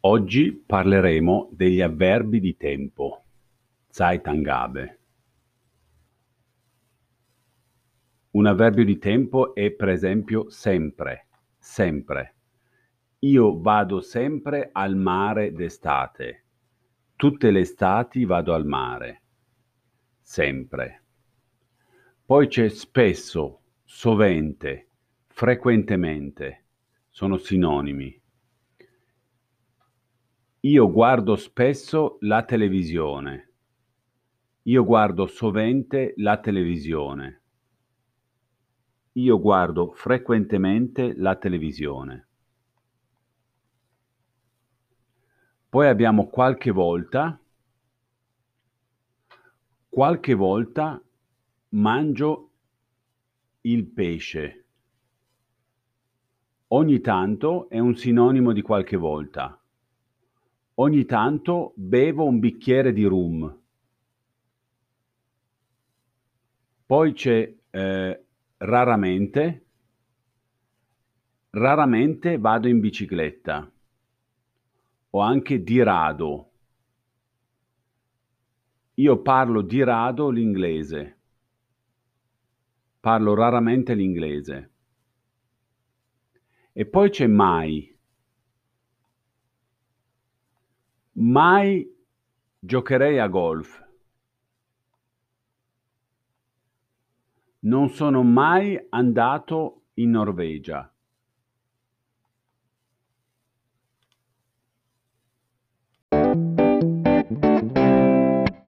Oggi parleremo degli avverbi di tempo. Zeitangabe. Un avverbio di tempo è per esempio sempre, sempre. Io vado sempre al mare d'estate. Tutte le estati vado al mare. Sempre. Poi c'è spesso, sovente, frequentemente. Sono sinonimi. Io guardo spesso la televisione. Io guardo sovente la televisione. Io guardo frequentemente la televisione. Poi abbiamo qualche volta mangio il pesce. Ogni tanto è un sinonimo di qualche volta. Ogni tanto bevo un bicchiere di rum. Poi c'è raramente. Raramente vado in bicicletta. O anche di rado. Io parlo di rado l'inglese. Parlo raramente l'inglese. E poi c'è mai. Mai giocherei a golf. Non sono mai andato in Norvegia.